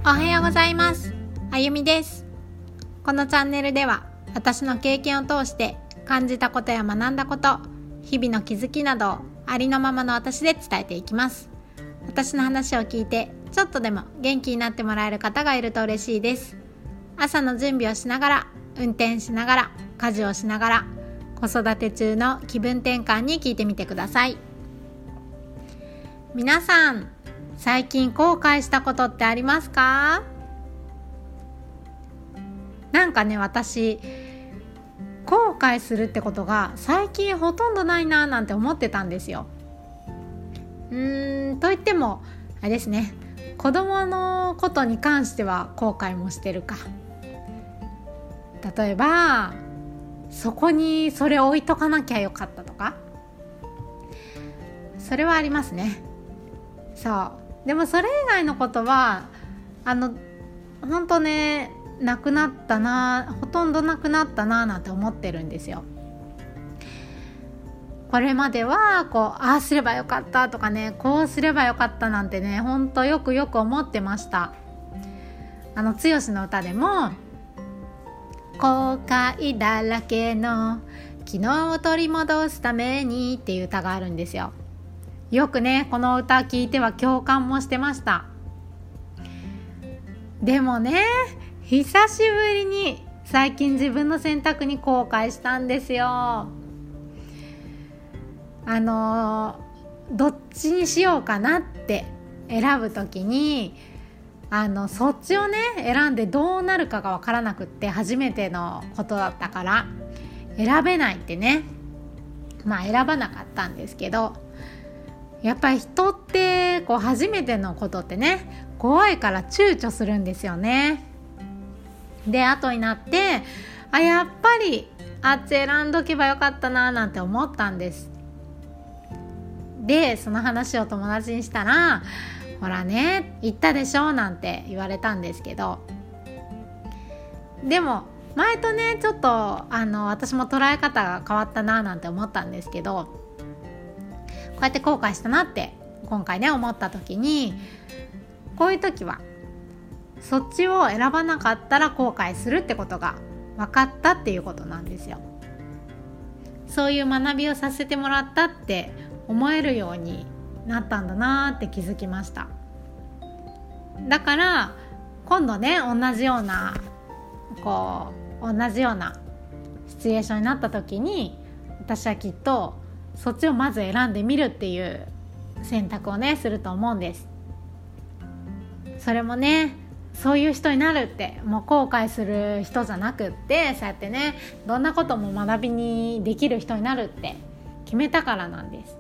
おはようございます。あゆみです。このチャンネルでは私の経験を通して感じたことや学んだこと、日々の気づきなどをありのままの私で伝えていきます。私の話を聞いてちょっとでも元気になってもらえる方がいると嬉しいです。朝の準備をしながら、運転しながら、家事をしながら、子育て中の気分転換に聞いてみてください。皆さん、最近後悔したことってありますか？なんかね、私後悔するってことが最近ほとんどないななんて思ってたんですよ。と言ってもあれですね、子供のことに関しては後悔もしてるか。例えばそこにそれ置いとかなきゃよかったとか、それはありますね。でもそれ以外のことは本当ね、なくなったな、ほとんどなくなったななんて思ってるんですよ。これまではああすればよかったとかね、こうすればよかったなんてね、本当よく思ってました。剛の歌でも後悔だらけの昨日を取り戻すためにっていう歌があるんですよ。よくね、この歌聞いては共感もしてました。でもね、久しぶりに最近自分の選択に後悔したんですよ。どっちにしようかなって選ぶときにそっちをね選んでどうなるかが分からなくって、初めてのことだったから選べないってね、選ばなかったんですけど、やっぱり人って初めてのことってね、怖いから躊躇するんですよね。で、後になってやっぱりあっち選んどけばよかったななんて思ったんです。で、その話を友達にしたら、ほらね、言ったでしょなんて言われたんですけど、でも前とねちょっと私も捉え方が変わったななんて思ったんですけど、こうやって後悔したなって今回ね思った時に、こういう時はそっちを選ばなかったら後悔するってことが分かったっていうことなんですよ。そういう学びをさせてもらったって思えるようになったんだなって気づきました。だから今度ね、同じようなシチュエーションになった時に、私はきっとそっちをまず選んでみるっていう選択をねすると思うんです。それもね、そういう人になるって、もう後悔する人じゃなくって、そうやってねどんなことも学びにできる人になるって決めたからなんです。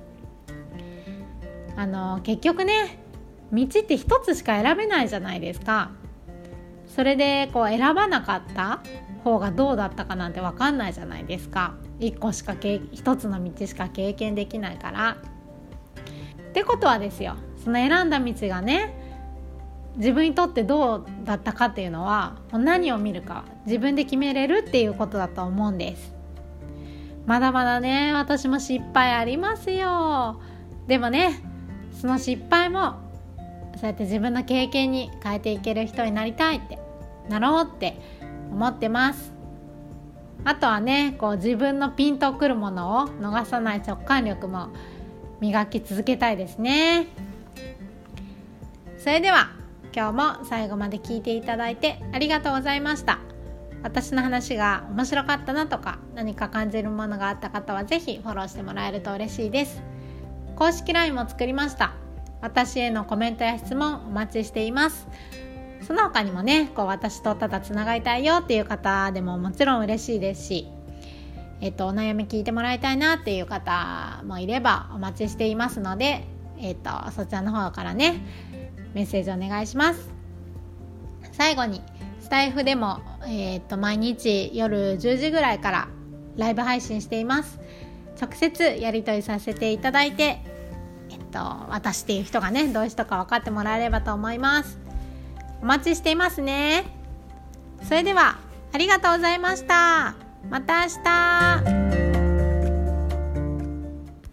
結局ね、道って一つしか選べないじゃないですか。それで選ばなかった方がどうだったかなんて分かんないじゃないですか。一つの道しか経験できないから。ってことはですよ、その選んだ道がね、自分にとってどうだったかっていうのは、何を見るか自分で決めれるっていうことだと思うんです。まだまだね、私も失敗ありますよ。でもね、その失敗もそうやって自分の経験に変えていける人になりたいってなろうって思ってます。あとはね、自分のピンとくるものを逃さない直感力も磨き続けたいですね。それでは今日も最後まで聞いていただいてありがとうございました。私の話が面白かったなとか、何か感じるものがあった方はぜひフォローしてもらえると嬉しいです。公式 LINE も作りました。私へのコメントや質問お待ちしています。その他にもね、私とただつながりたいよっていう方でももちろん嬉しいですし、お悩み聞いてもらいたいなっていう方もいればお待ちしていますので、そちらの方からねメッセージお願いします。最後にスタイフでも、毎日夜10時ぐらいからライブ配信しています。直接やり取りさせていただいて、私っていう人がねどういう人か分かってもらえればと思います。お待ちしていますね。それではありがとうございました。また明日。